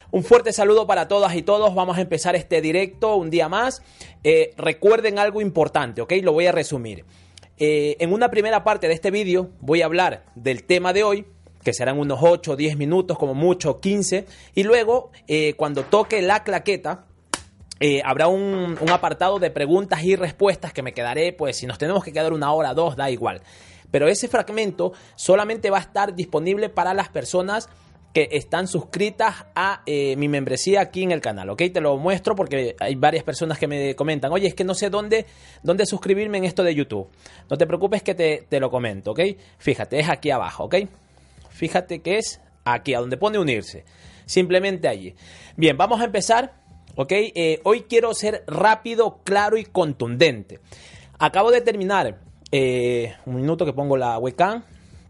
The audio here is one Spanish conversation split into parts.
Un fuerte saludo para todas y todos. Vamos a empezar este directo un día más. Recuerden algo importante, ¿ok? Lo voy a resumir. En una primera parte de este vídeo voy a hablar del tema de hoy, que serán unos 8 o 10 minutos, como mucho 15. Y luego, cuando toque la claqueta, habrá un apartado de preguntas y respuestas que me quedaré, pues si nos tenemos que quedar 1 hora, 2, da igual. Pero ese fragmento solamente va a estar disponible para las personas que están suscritas a mi membresía aquí en el canal, ¿ok? Te lo muestro porque hay varias personas que me comentan, oye, es que no sé dónde suscribirme en esto de YouTube. No te preocupes que te lo comento, ¿ok? Fíjate, es aquí abajo, ¿ok? Fíjate que es aquí, a donde pone unirse. Simplemente allí. Bien, vamos a empezar, ¿ok? Hoy quiero ser rápido, claro y contundente. Acabo de terminar, un minuto que pongo la webcam.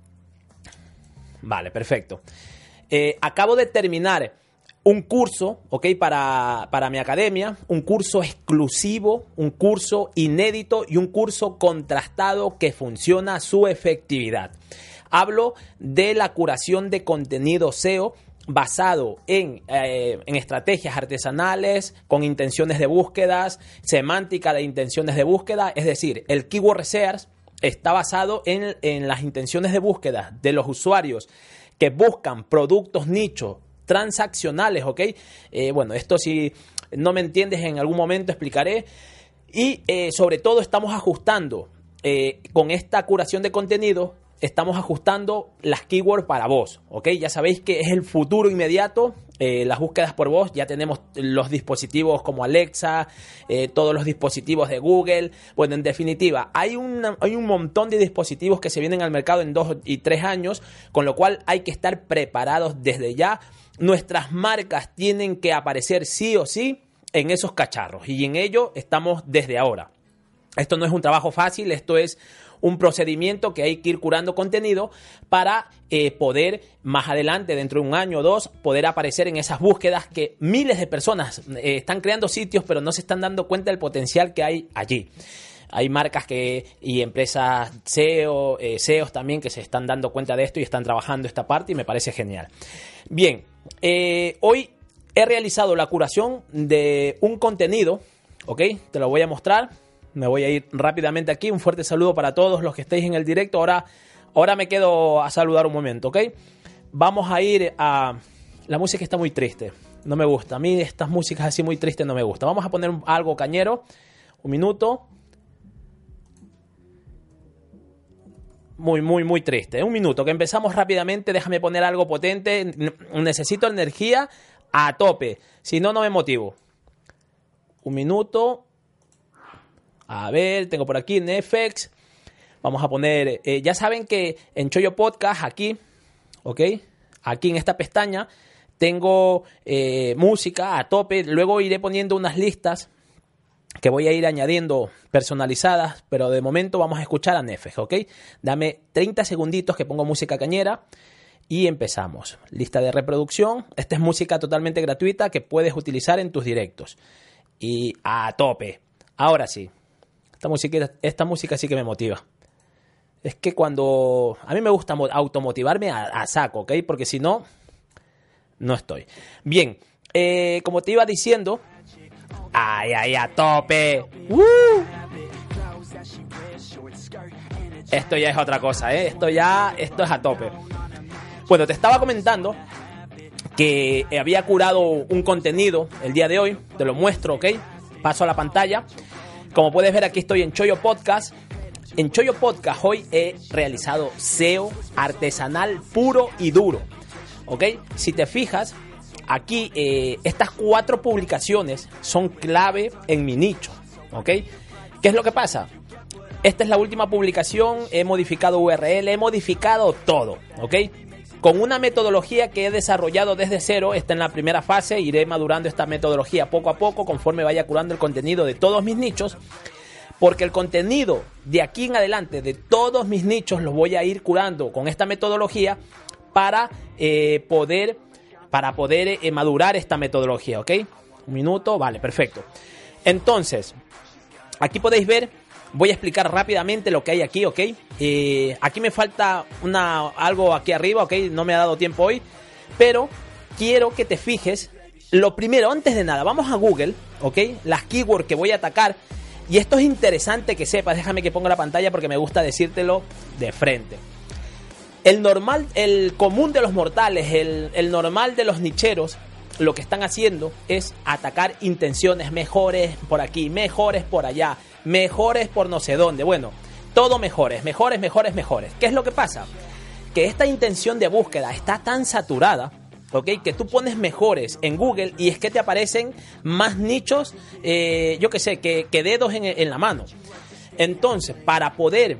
Vale, perfecto. Acabo de terminar un curso, ¿ok? Para mi academia, un curso exclusivo, un curso inédito y un curso contrastado que funciona a su efectividad. Hablo de la curación de contenido SEO basado en estrategias artesanales, con intenciones de búsquedas, semántica de intenciones de búsqueda, es decir, el Keyword Research está basado en las intenciones de búsqueda de los usuarios que buscan productos nicho transaccionales, ¿ok? Bueno, esto si no me entiendes en algún momento explicaré. Y sobre todo estamos ajustando, con esta curación de contenido, estamos ajustando las keywords para voz, ¿ok? Ya sabéis que es el futuro inmediato, las búsquedas por voz. Ya tenemos los dispositivos como Alexa, todos los dispositivos de Google. Bueno, en definitiva, hay un montón de dispositivos que se vienen al mercado en 2 y 3 años, con lo cual hay que estar preparados desde ya. Nuestras marcas tienen que aparecer sí o sí en esos cacharros y en ello estamos desde ahora. Esto no es un trabajo fácil, esto es un procedimiento que hay que ir curando contenido para poder más adelante, dentro de 1 año o 2, poder aparecer en esas búsquedas que miles de personas están creando sitios, pero no se están dando cuenta del potencial que hay allí. Hay marcas y empresas SEOs también que se están dando cuenta de esto y están trabajando esta parte y me parece genial. Bien, hoy he realizado la curación de un contenido, ¿ok? Te lo voy a mostrar. Me voy a ir rápidamente aquí. Un fuerte saludo para todos los que estéis en el directo. Ahora me quedo a saludar un momento, ¿ok? Vamos a ir a... La música está muy triste. No me gusta. A mí estas músicas así muy tristes no me gusta. Vamos a poner algo cañero. 1 minuto. Muy triste. 1 minuto, que empezamos rápidamente. Déjame poner algo potente. Necesito energía a tope. Si no, no me motivo. 1 minuto. A ver, tengo por aquí Netflix. Vamos a poner... ya saben que en Chollo Podcast, aquí, ¿ok? Aquí en esta pestaña, tengo música a tope. Luego iré poniendo unas listas que voy a ir añadiendo personalizadas. Pero de momento vamos a escuchar a Netflix, ¿ok? Dame 30 segunditos que pongo música cañera. Y empezamos. Lista de reproducción. Esta es música totalmente gratuita que puedes utilizar en tus directos. Y a tope. Ahora sí. Esta música sí que me motiva. Es que cuando... A mí me gusta automotivarme a saco, ¿ok? Porque si no, no estoy. Bien, como te iba diciendo... ¡Ay, a tope! Esto ya es otra cosa, ¿eh? Esto es a tope. Bueno, te estaba comentando que había curado un contenido el día de hoy. Te lo muestro, ¿ok? Paso a la pantalla. Como puedes ver, aquí estoy en Chollo Podcast. En Chollo Podcast hoy he realizado SEO artesanal puro y duro, ¿ok? Si te fijas, aquí estas 4 publicaciones son clave en mi nicho, ¿ok? ¿Qué es lo que pasa? Esta es la última publicación, he modificado URL, he modificado todo, ¿ok? Con una metodología que he desarrollado desde cero. Está en la primera fase, iré madurando esta metodología poco a poco conforme vaya curando el contenido de todos mis nichos, porque el contenido de aquí en adelante de todos mis nichos los voy a ir curando con esta metodología para poder madurar esta metodología, ¿ok? 1 minuto, vale, perfecto. Entonces, aquí podéis ver, voy a explicar rápidamente lo que hay aquí, ¿ok? Aquí me falta algo aquí arriba, ¿ok? No me ha dado tiempo hoy, pero quiero que te fijes lo primero, antes de nada, vamos a Google, ¿ok? Las keywords que voy a atacar. Y esto es interesante que sepas, déjame que ponga la pantalla porque me gusta decírtelo de frente. El común de los mortales, el normal de los nicheros, lo que están haciendo es atacar intenciones mejores por aquí, mejores por allá, mejores por no sé dónde. Bueno, todo mejores. ¿Qué es lo que pasa? Que esta intención de búsqueda está tan saturada, ¿ok? Que tú pones mejores en Google y es que te aparecen más nichos, yo qué sé, que dedos en la mano. Entonces, para poder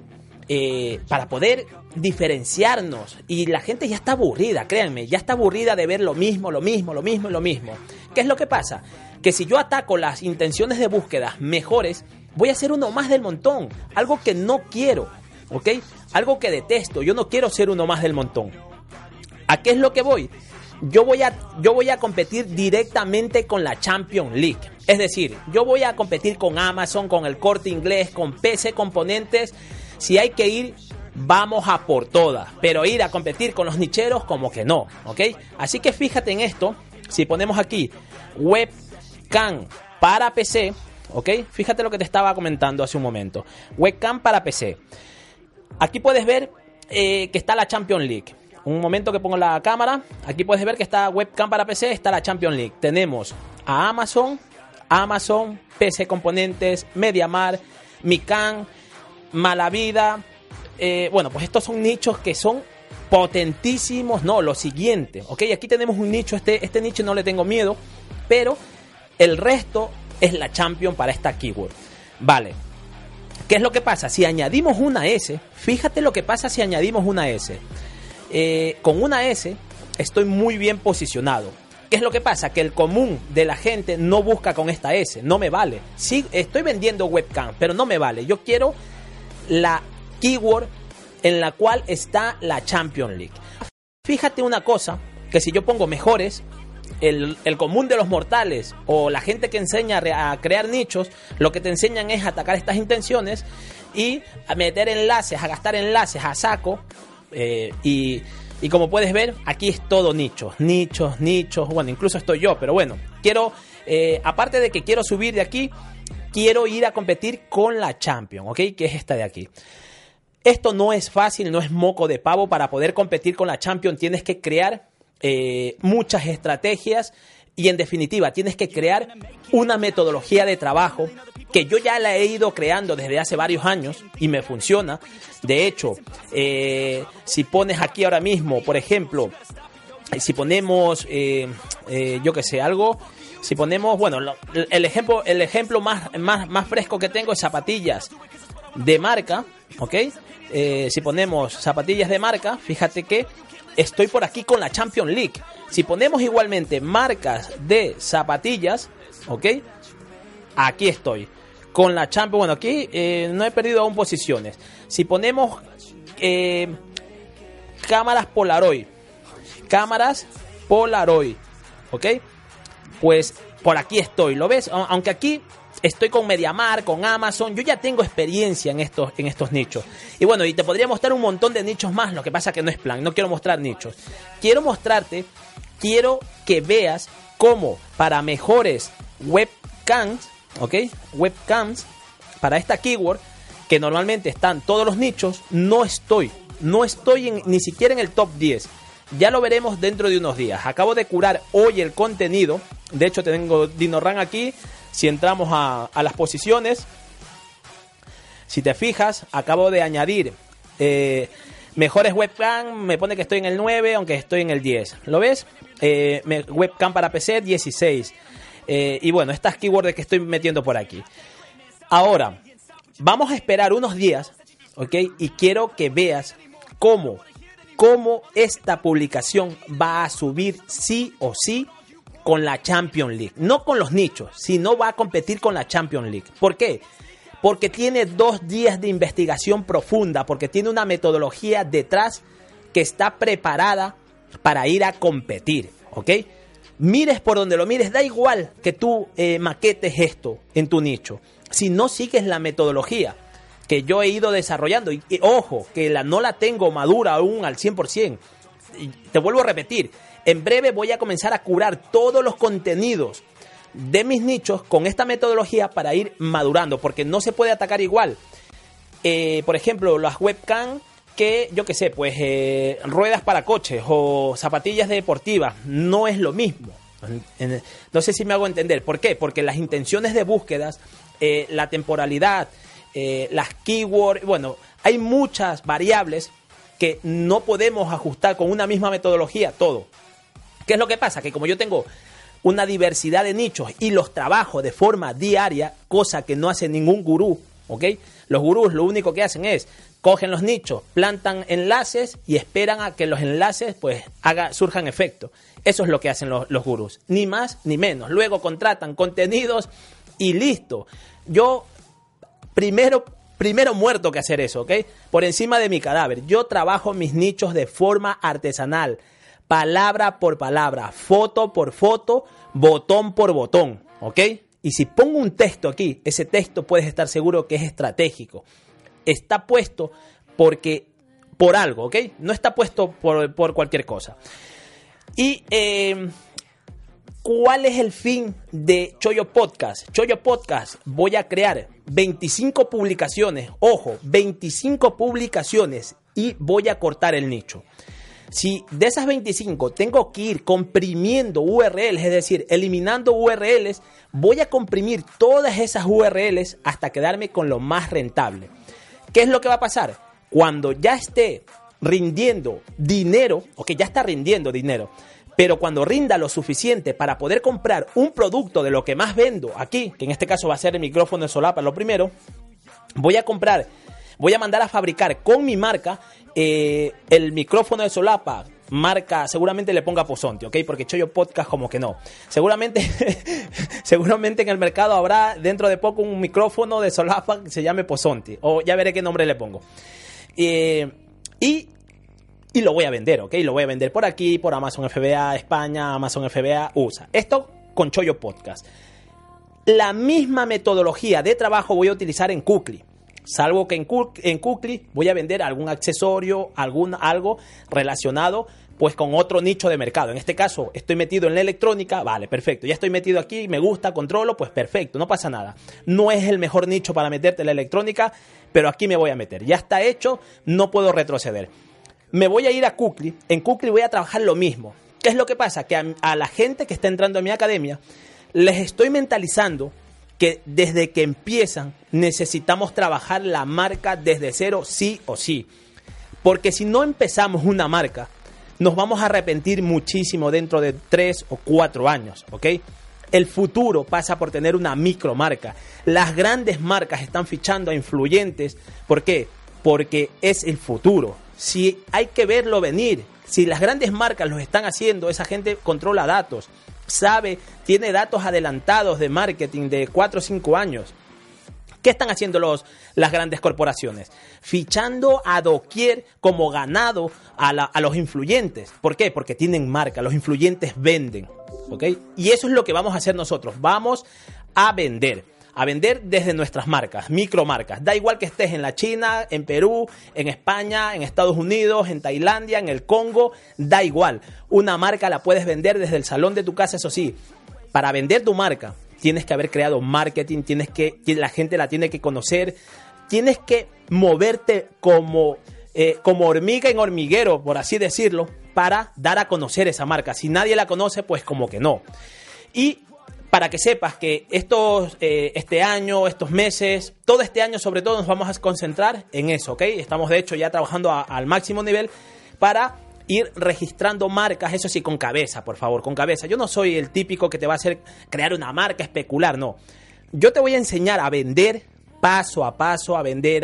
diferenciarnos, y la gente ya está aburrida, créanme, ya está aburrida de ver lo mismo. ¿Qué es lo que pasa? Que si yo ataco las intenciones de búsqueda mejores, voy a ser uno más del montón, algo que no quiero, ¿ok? Algo que detesto, yo no quiero ser uno más del montón. ¿A qué es lo que voy? Yo voy a competir directamente con la Champions League. Es decir, yo voy a competir con Amazon, con el Corte Inglés, con PC Componentes. Si hay que ir, vamos a por todas. Pero ir a competir con los nicheros, como que no, ¿ok? Así que fíjate en esto. Si ponemos aquí webcam para PC, ¿ok? Fíjate lo que te estaba comentando hace un momento. Webcam para PC. Aquí puedes ver que está la Champions League. Un momento que pongo la cámara. Aquí puedes ver que está webcam para PC, está la Champions League. Tenemos a Amazon, PC Componentes, MediaMarkt, Mican, Malavida. Bueno, pues estos son nichos que son potentísimos. No, lo siguiente, ¿ok? Aquí tenemos un nicho, este nicho no le tengo miedo, pero el resto es la Champions para esta keyword. Vale. ¿Qué es lo que pasa? Si añadimos una S, fíjate lo que pasa si añadimos una S. Con una S estoy muy bien posicionado. ¿Qué es lo que pasa? Que el común de la gente no busca con esta S, no me vale. Sí, estoy vendiendo webcam, pero no me vale. Yo quiero la keyword en la cual está la Champions League. Fíjate una cosa, que si yo pongo mejores, el común de los mortales o la gente que enseña a crear nichos, lo que te enseñan es atacar estas intenciones y a meter enlaces, a gastar enlaces a saco. Y como puedes ver, aquí es todo nichos. Bueno, incluso estoy yo, pero bueno, quiero, aparte de que quiero subir de aquí, quiero ir a competir con la Champions, ¿ok? Que es esta de aquí. Esto no es fácil, no es moco de pavo. Para poder competir con la Champions tienes que crear muchas estrategias y en definitiva tienes que crear una metodología de trabajo que yo ya la he ido creando desde hace varios años y me funciona. De hecho, si pones aquí ahora mismo, por ejemplo, si ponemos, yo que sé, algo, si ponemos, bueno, el ejemplo más fresco que tengo es zapatillas de marca, ¿ok? Si ponemos zapatillas de marca, fíjate que estoy por aquí con la Champions League. Si ponemos igualmente marcas de zapatillas, ¿ok? Aquí estoy con la Champions. Bueno, aquí no he perdido aún posiciones. Si ponemos cámaras Polaroid, ¿ok? Pues por aquí estoy, ¿lo ves? Aunque aquí estoy con MediaMarkt, con Amazon, yo ya tengo experiencia en estos nichos. Y bueno, y te podría mostrar un montón de nichos más, lo que pasa que no es plan, no quiero mostrar nichos. Quiero que veas cómo para mejores webcams, ¿ok? Webcams, para esta keyword, que normalmente están todos los nichos, no estoy ni siquiera en el top 10. Ya lo veremos dentro de unos días. Acabo de curar hoy el contenido. De hecho, tengo DinoRank aquí. Si entramos a las posiciones, si te fijas, acabo de añadir mejores webcam. Me pone que estoy en el 9, aunque estoy en el 10. ¿Lo ves? Webcam para PC, 16. Y bueno, estas keywords que estoy metiendo por aquí. Ahora, vamos a esperar unos días, ¿ok? Y quiero que veas cómo esta publicación va a subir sí o sí con la Champions League. No con los nichos, sino va a competir con la Champions League. ¿Por qué? Porque tiene 2 días de investigación profunda, porque tiene una metodología detrás que está preparada para ir a competir, ¿ok? Mires por donde lo mires, da igual que tú maquetes esto en tu nicho. Si no sigues la metodología que yo he ido desarrollando, y ojo, que no la tengo madura aún al 100%. Y te vuelvo a repetir, En breve voy a comenzar a curar todos los contenidos de mis nichos con esta metodología para ir madurando, porque no se puede atacar igual. Por ejemplo, las webcam que, yo qué sé, pues ruedas para coches o zapatillas deportivas, no es lo mismo. No sé si me hago entender. ¿Por qué? Porque las intenciones de búsquedas, la temporalidad, las keywords, bueno, hay muchas variables que no podemos ajustar con una misma metodología todo. ¿Qué es lo que pasa? Que como yo tengo una diversidad de nichos y los trabajo de forma diaria, cosa que no hace ningún gurú, ¿ok? Los gurús lo único que hacen es cogen los nichos, plantan enlaces y esperan a que los enlaces pues surjan efecto. Eso es lo que hacen los gurús, ni más ni menos. Luego contratan contenidos y listo. Yo primero muerto que hacer eso, ¿ok? Por encima de mi cadáver. Yo trabajo mis nichos de forma artesanal, palabra por palabra, foto por foto, botón por botón, ¿ok? Y si pongo un texto aquí, ese texto puedes estar seguro que es estratégico. Está puesto por algo, ¿ok? No está puesto por cualquier cosa. Y ¿cuál es el fin de Chollo Podcast? Chollo Podcast, voy a crear 25 publicaciones, ojo, 25 publicaciones y voy a cortar el nicho. Si de esas 25 tengo que ir comprimiendo URLs, es decir, eliminando URLs, voy a comprimir todas esas URLs hasta quedarme con lo más rentable. ¿Qué es lo que va a pasar? Cuando ya esté rindiendo dinero, ok, ya está rindiendo dinero, pero cuando rinda lo suficiente para poder comprar un producto de lo que más vendo aquí, que en este caso va a ser el micrófono de solapa, lo primero, voy a mandar a fabricar con mi marca el micrófono de solapa, marca, seguramente le ponga Pozonti, ¿ok? Porque Chollo Podcast como que no. Seguramente en el mercado habrá dentro de poco un micrófono de solapa que se llame Pozonti, o ya veré qué nombre le pongo. Y lo voy a vender, ¿ok? Lo voy a vender por aquí, por Amazon FBA España, Amazon FBA USA. Esto con Chollo Podcast. La misma metodología de trabajo voy a utilizar en Kukli. Salvo que en Kukli voy a vender algún accesorio, algo relacionado pues con otro nicho de mercado. En este caso estoy metido en la electrónica, vale, perfecto. Ya estoy metido aquí, me gusta, controlo, pues perfecto, no pasa nada. No es el mejor nicho para meterte en la electrónica, pero aquí me voy a meter. Ya está hecho, no puedo retroceder. Me voy a ir a Kukli. En Kukli voy a trabajar lo mismo. ¿Qué es lo que pasa? Que a la gente que está entrando a mi academia les estoy mentalizando que desde que empiezan necesitamos trabajar la marca desde cero sí o sí. Porque si no empezamos una marca, nos vamos a arrepentir muchísimo dentro de 3 o 4 años, ¿ok? El futuro pasa por tener una micromarca. Las grandes marcas están fichando a influyentes. ¿Por qué? Porque es el futuro. Si hay que verlo venir, si las grandes marcas lo están haciendo, esa gente controla datos, sabe, tiene datos adelantados de marketing de 4 o 5 años. ¿Qué están haciendo las grandes corporaciones? Fichando a doquier como ganado a los influyentes. ¿Por qué? Porque tienen marca, los influyentes venden, ¿ok? Y eso es lo que vamos a hacer nosotros, vamos a vender desde nuestras marcas, micromarcas. Da igual que estés en la China, en Perú, en España, en Estados Unidos, en Tailandia, en el Congo, da igual. Una marca la puedes vender desde el salón de tu casa, eso sí. Para vender tu marca tienes que haber creado marketing, la gente la tiene que conocer, tienes que moverte como hormiga en hormiguero, por así decirlo, para dar a conocer esa marca. Si nadie la conoce, pues como que no. Y para que sepas que este año, estos meses, todo este año sobre todo nos vamos a concentrar en eso, ¿ok? Estamos de hecho ya trabajando al máximo nivel para ir registrando marcas, eso sí, con cabeza, por favor, con cabeza. Yo no soy el típico que te va a hacer crear una marca, especular, no. Yo te voy a enseñar a vender paso a paso, a vender,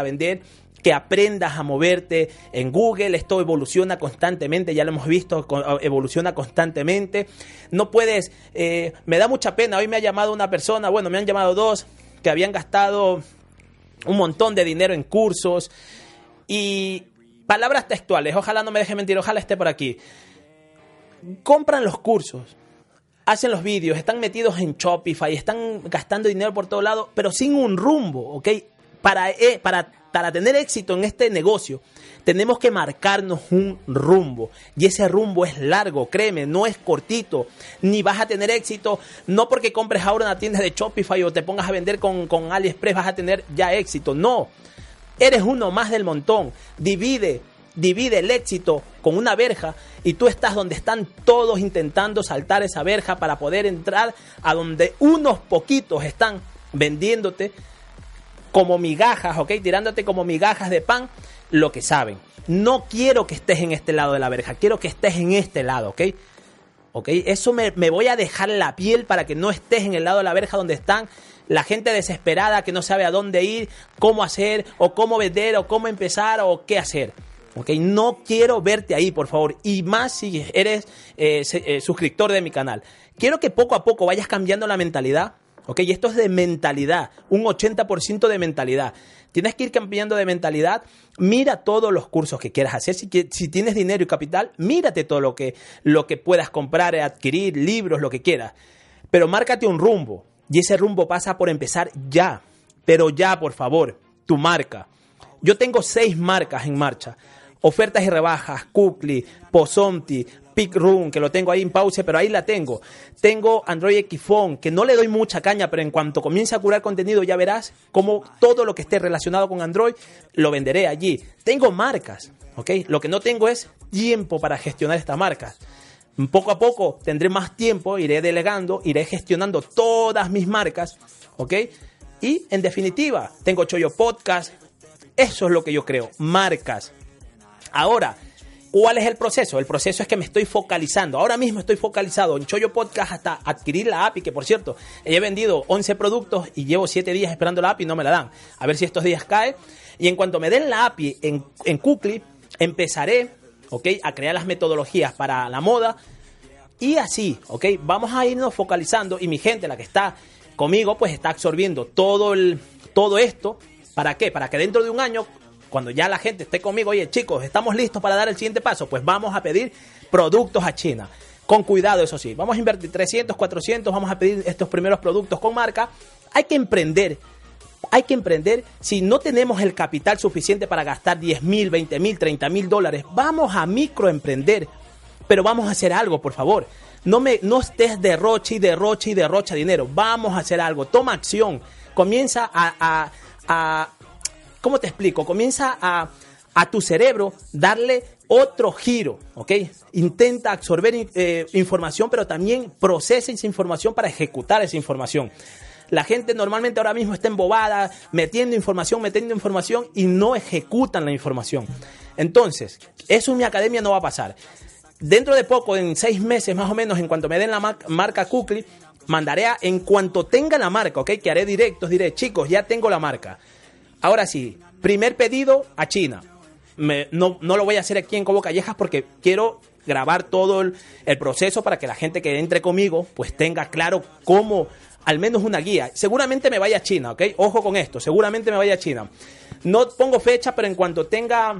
que aprendas a moverte en Google. Esto evoluciona constantemente, ya lo hemos visto, evoluciona constantemente. No puedes, me da mucha pena, hoy me ha llamado una persona, bueno, me han llamado 2, que habían gastado un montón de dinero en cursos y palabras textuales, ojalá no me deje mentir, ojalá esté por aquí. Compran los cursos, hacen los vídeos, están metidos en Shopify, están gastando dinero por todo lado, pero sin un rumbo, ¿ok? Para tener éxito en este negocio, Tenemos que marcarnos un rumbo. Y ese rumbo es largo, créeme, no es cortito. Ni vas a tener éxito, no porque compres ahora una tienda de Shopify o te pongas a vender con AliExpress vas a tener ya éxito. No, eres uno más del montón. Divide el éxito con una verja y tú estás donde están todos intentando saltar esa verja para poder entrar a donde unos poquitos están vendiéndote como migajas, ¿ok? Tirándote como migajas de pan lo que saben. No quiero que estés en este lado de la verja, quiero que estés en este lado, ¿ok? ¿Ok? Eso me voy a dejar la piel para que no estés en el lado de la verja donde están la gente desesperada que no sabe a dónde ir, cómo hacer, o cómo vender, o cómo empezar, o qué hacer. ¿Ok? No quiero verte ahí, por favor. Y más si eres suscriptor de mi canal. Quiero que poco a poco vayas cambiando la mentalidad. ¿Ok? Y esto es de mentalidad. Un 80% de mentalidad. Tienes que ir cambiando de mentalidad. Mira todos los cursos que quieras hacer. Si tienes dinero y capital, mírate todo lo que puedas comprar, adquirir, libros, lo que quieras. Pero márcate un rumbo. Y ese rumbo pasa por empezar ya. Pero ya, por favor, tu marca. Yo tengo 6 marcas en marcha. Ofertas y rebajas, Kukli, Posomti, Pickroom, que lo tengo ahí en pause, pero ahí la tengo. Tengo Android Xphone, que no le doy mucha caña, pero en cuanto comience a curar contenido ya verás cómo todo lo que esté relacionado con Android lo venderé allí. Tengo marcas, ¿ok? Lo que no tengo es tiempo para gestionar estas marcas. Poco a poco tendré más tiempo, iré delegando, iré gestionando todas mis marcas, ¿ok? Y en definitiva, tengo Chollo Podcast. Eso es lo que yo creo, marcas. Ahora, ¿cuál es el proceso? El proceso es que me estoy focalizando. Ahora mismo estoy focalizado en Chollo Podcast hasta adquirir la API, que por cierto, he vendido 11 productos y llevo 7 días esperando la API y no me la dan. A ver si estos días cae. Y en cuanto me den la API en Kukli, empezaré, ¿ok?, a crear las metodologías para la moda. Y así, ¿ok? Vamos a irnos focalizando y mi gente, la que está conmigo, pues está absorbiendo todo esto. ¿Para qué? Para que dentro de un año, cuando ya la gente esté conmigo, oye, chicos, estamos listos para dar el siguiente paso, pues vamos a pedir productos a China. Con cuidado, eso sí. Vamos a invertir 300, 400, vamos a pedir estos primeros productos con marca. Hay que emprender. Si no tenemos el capital suficiente para gastar 10,000, 20,000, 30,000 dólares, vamos a microemprender. Pero vamos a hacer algo, por favor. No estés derroche dinero. Vamos a hacer algo. Toma acción. Comienza ¿cómo te explico? Comienza a tu cerebro darle otro giro, ¿ok? Intenta absorber información, pero también procesa esa información para ejecutar esa información. La gente normalmente ahora mismo está embobada, metiendo información y no ejecutan la información. Entonces, eso en mi academia no va a pasar. Dentro de poco, en 6 meses más o menos, en cuanto me den la marca Kukli, mandaré en cuanto tenga la marca, ¿ok? Que haré directos, diré, chicos, ya tengo la marca. Ahora sí, primer pedido a China. No lo voy a hacer aquí en Cobo Callejas porque quiero grabar todo el proceso para que la gente que entre conmigo pues tenga claro cómo, al menos una guía. Seguramente me vaya a China, ¿ok? Ojo con esto, seguramente me vaya a China. No pongo fecha, pero en cuanto tenga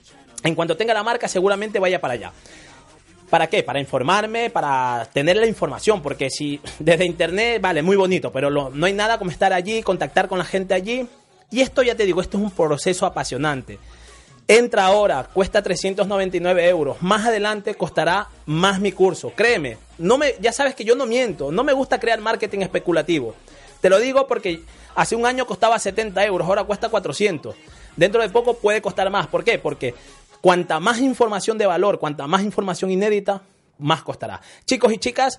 la marca seguramente vaya para allá. ¿Para qué? Para informarme, para tener la información, porque si desde internet, vale, muy bonito, pero no hay nada como estar allí, contactar con la gente allí. Y esto, ya te digo, esto es un proceso apasionante. Entra ahora, cuesta 399 euros. Más adelante costará más mi curso. Créeme, ya sabes que yo no miento. No me gusta crear marketing especulativo. Te lo digo porque hace un año costaba 70 euros, ahora cuesta 400. Dentro de poco puede costar más. ¿Por qué? Porque cuanta más información de valor, cuanta más información inédita, más costará. Chicos y chicas,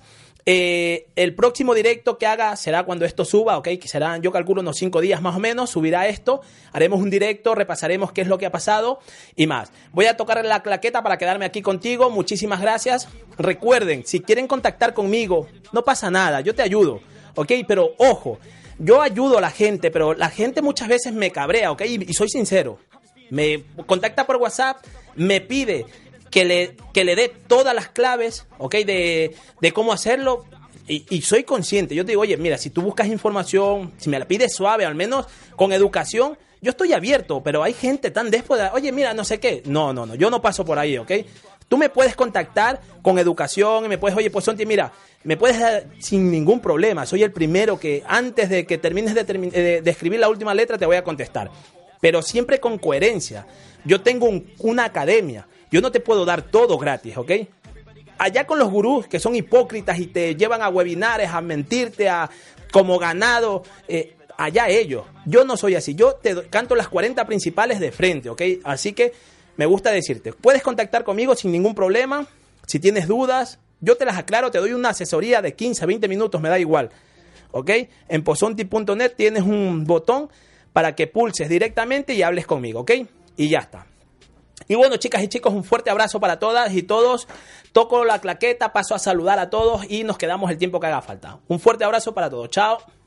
el próximo directo que haga será cuando esto suba, ¿ok? Que será, yo calculo, unos 5 días más o menos, subirá esto, haremos un directo, repasaremos qué es lo que ha pasado y más. Voy a tocar la claqueta para quedarme aquí contigo, muchísimas gracias. Recuerden, si quieren contactar conmigo, no pasa nada, yo te ayudo, ¿ok? Pero ojo, yo ayudo a la gente, pero la gente muchas veces me cabrea, ¿ok? Y soy sincero, me contacta por WhatsApp, me pide que le dé todas las claves, ¿ok? De cómo hacerlo. Y soy consciente. Yo te digo, oye, mira, si tú buscas información, si me la pides suave, al menos con educación, yo estoy abierto. Pero hay gente tan déspota, oye, mira, no sé qué. No, yo no paso por ahí, ¿ok? Tú me puedes contactar con educación y me puedes, oye, pues Sonti, mira, me puedes dar sin ningún problema. Soy el primero que antes de que termines de escribir la última letra te voy a contestar. pero siempre con coherencia. Yo tengo una academia, yo no te puedo dar todo gratis, ¿ok? Allá con los gurús que son hipócritas y te llevan a webinares, a mentirte, a como ganado, allá ellos. Yo no soy así, yo te canto las 40 principales de frente, ¿ok? Así que me gusta decirte, puedes contactar conmigo sin ningún problema, si tienes dudas, yo te las aclaro, te doy una asesoría de 15 a 20 minutos, me da igual, ¿ok? En pozonti.net tienes un botón para que pulses directamente y hables conmigo, ¿ok? Y ya está. Y bueno, chicas y chicos, un fuerte abrazo para todas y todos. Toco la claqueta, paso a saludar a todos y nos quedamos el tiempo que haga falta. Un fuerte abrazo para todos. Chao.